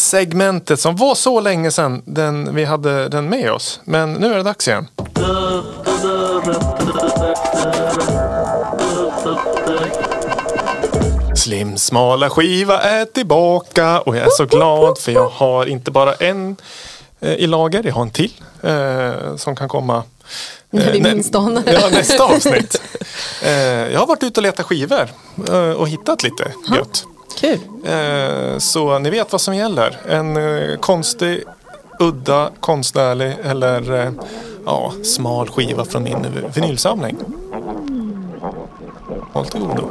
segmentet som var så länge sedan vi hade den med oss. Men nu är det dags igen. Slim smala skiva är tillbaka och jag är så glad för jag har inte bara en i lager, jag har en till som kan komma nästa avsnitt. Jag har varit ute och letat skivor och hittat lite gött. Kul. Så ni vet vad som gäller. En konstig, udda, konstnärlig eller smal skiva från min vinylsamling. Håll till godo.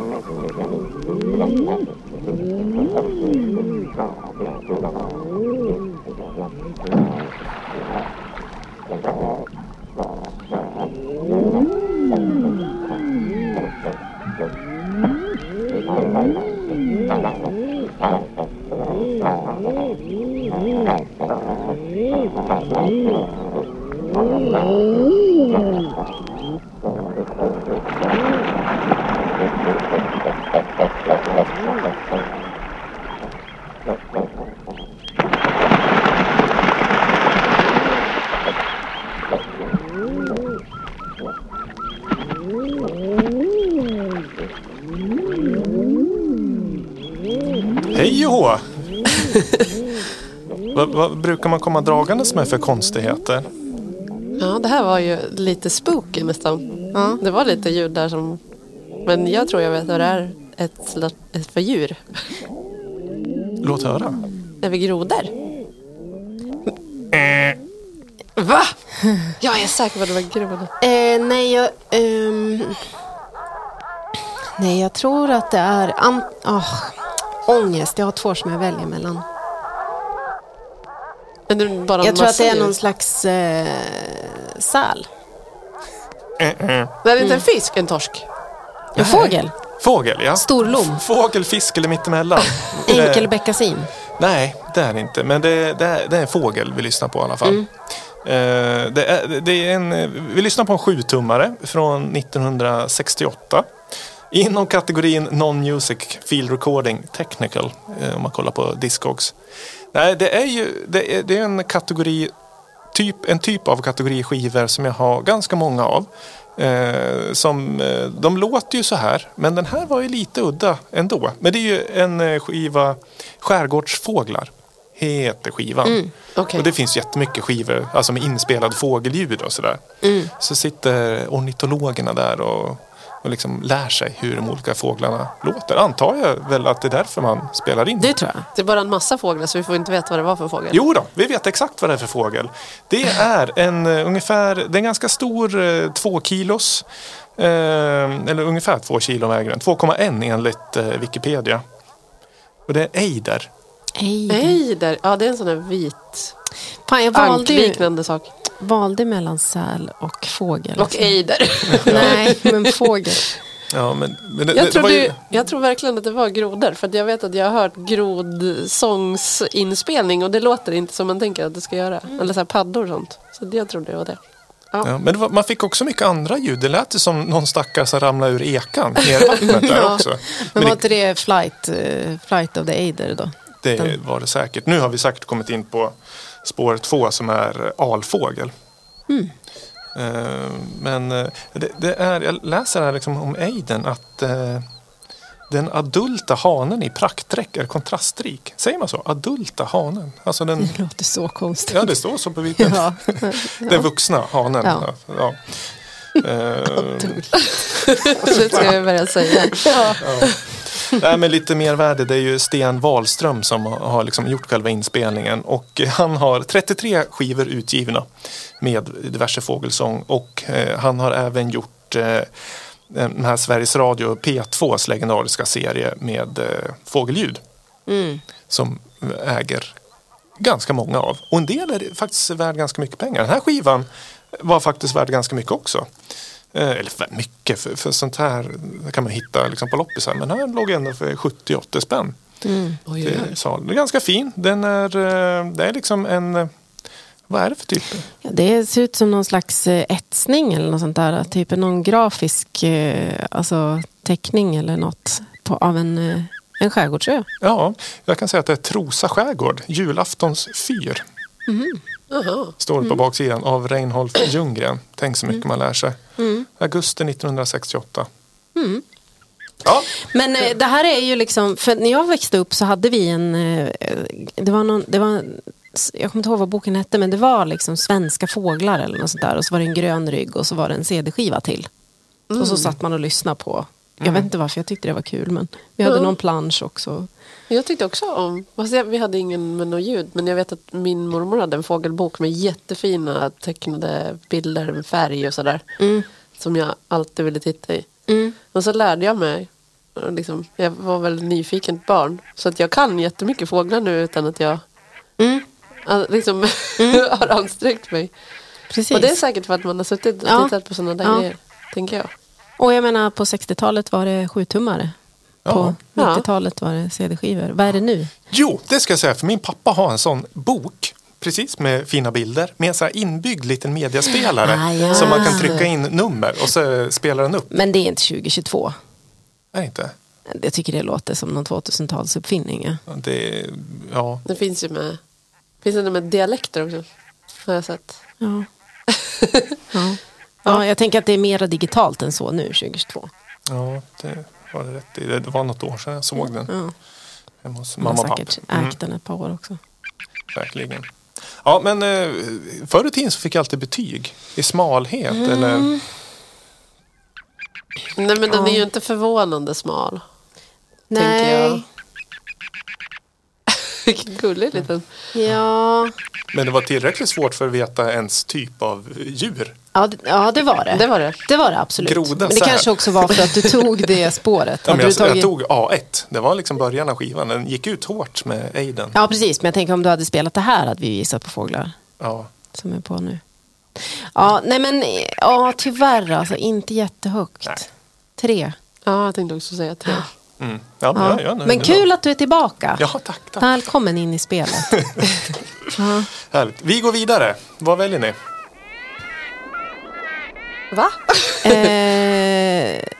Hej och hå! Vad brukar man komma dragandes med för konstigheter? Ja, det här var ju lite spooky nästan. Ja, det var lite ljud där som... Men jag tror jag vet vad det är ett för djur. Låt höra. Är vi grodor? Va? Jag är säker på att det var grodor. Nej, jag tror att det är ångest. Jag har 2 som jag väljer mellan. Jag tror att det är någon slags säl. Det är inte en fisk, en torsk. En fågel. Fågel, ja. Storlom. Fågel, fisk eller mittemellan. Enkelbeckasin. Nej, det är det inte. Men det är en fågel vi lyssnar på i alla fall. Vi lyssnar på en 7-tummare från 1968. Inom kategorin Non-Music Field Recording Technical. Om man kollar på Discogs. Nej, det är en kategori, en typ av kategoriskivor som jag har ganska många av. De låter ju så här, men den här var ju lite udda ändå. Men det är ju en skiva, Skärgårdsfåglar heter skivan. Okay. Och det finns jättemycket skivor, alltså med inspelad fågelljud och sådär. Så sitter ornitologerna där och liksom lär sig hur de olika fåglarna låter. Antar jag väl att det är därför man spelar in. Det tror jag. Det är bara en massa fåglar så vi får inte veta vad det var för fågel. Jo då, vi vet exakt vad det är för fågel. Det är det är en ganska stor 2 kilos eller ungefär 2 kilo väger den. 2,1 enligt Wikipedia. Och det är Eider. Eider. Ja, det är en sån här vit ankliknande sak. Valde mellan säl och fågel. Och eider. Nej, men fågel. Ja, men jag tror verkligen att det var grodor. För att jag vet att jag har hört grodsångsinspelning. Och det låter inte som man tänker att det ska göra. Eller så här paddor och sånt. Så jag tror det var det. Ja, men man fick också mycket andra ljud. Det lät som någon stackare som ramlade ur ekan ner i vattnet där också. Men var inte det Flight of the Eider då? Det var det säkert. Nu har vi säkert kommit in på spår 2 som är alfågel. Men det är, jag läser här liksom om Eidern att den adulta hanen i praktdräkt är kontrastrik. Säger man så? Adulta hanen. Alltså den, det låter så konstigt. Ja, det står så på bilden. Ja. Den vuxna hanen. Ja. Det ska jag börja säga. Ja. Nej, men lite mer värde, det är ju Sten Wahlström som har liksom gjort själva inspelningen. Och han har 33 skivor utgivna med diverse fågelsång. Och han har även gjort den här Sveriges Radio P2s legendariska serie med fågelljud. Som äger ganska många av. Och en del är faktiskt värd ganska mycket pengar. Den här skivan var faktiskt värd ganska mycket också. Eller mycket, för sånt här kan man hitta liksom på loppisar. Men här låg ändå för 70-80 spänn. Det är ganska fin. Det är liksom en... Vad är det för typ? Ja, det ser ut som någon slags etsning eller något sånt där. Typ någon grafisk teckning eller något av en En skärgårdsö. Ja, jag kan säga att det är Trosa skärgård, julaftons fyr. Står på baksidan av Reinhold Ljunggren. Tänk så mycket man lär sig. Augusti 1968. Ja. Men det här är ju liksom, för när jag växte upp så hade vi jag kommer inte ihåg vad boken hette, men det var liksom Svenska fåglar eller något sånt där. Och så var det en grön rygg och så var det en CD-skiva till. Och så satt man och lyssnade på. Jag vet inte varför jag tyckte det var kul, men vi hade någon plansch också. Jag tyckte också om, vi hade ingen med något ljud, men jag vet att min mormor hade en fågelbok med jättefina tecknade bilder med färg och sådär. Som jag alltid ville titta i. Och så lärde jag mig, liksom, jag var väl nyfiken barn, så att jag kan jättemycket fåglar nu utan att jag liksom har ansträngt mig. Precis. Och det är säkert för att man har suttit och tittat på sådana där grejer, tänker jag. Och jag menar, på 60-talet var det 7-tummare. På 90-talet var det CD-skivor. Vad är det nu? Jo, det ska jag säga, för min pappa har en sån bok, precis med fina bilder, med en så här inbyggd liten mediaspelare som man kan trycka in nummer och så spelar den upp. Men det är inte 2022. Är det inte? Jag tycker det låter som någon 2000-talsuppfinning. Det finns ju med dialekter också, har jag sett. Ja, jag tänker att det är mer digitalt än så nu, 2022. Ja, det var det rätt i. Det var något år sedan jag såg den. Hemma hos mamma och pappa. Säkert ägt den ett par år också. Verkligen. Ja, men förr i tiden så fick jag alltid betyg i smalhet, eller? Nej, men den är ju inte förvånande smal. Nej. Tänker jag. Vilken gullig liten. Ja. Men det var tillräckligt svårt för att veta ens typ av djur. Ja, det var det. Det var det absolut. Groda, men det kanske också var för att du tog det spåret. Ja, men jag tog A1. Det var liksom början av skivan. Den gick ut hårt med Aiden. Ja, precis. Men jag tänker om du hade spelat det här hade vi gissat på fåglar. Ja. Som är på nu. Ja, nej men tyvärr alltså. Inte jättehögt. Nej. 3. Ja, jag tänkte också säga 3. Ja, men kul att du är tillbaka. Ja, tack. Välkommen in i spelet. Härligt. Vi går vidare. Vad väljer ni? Va?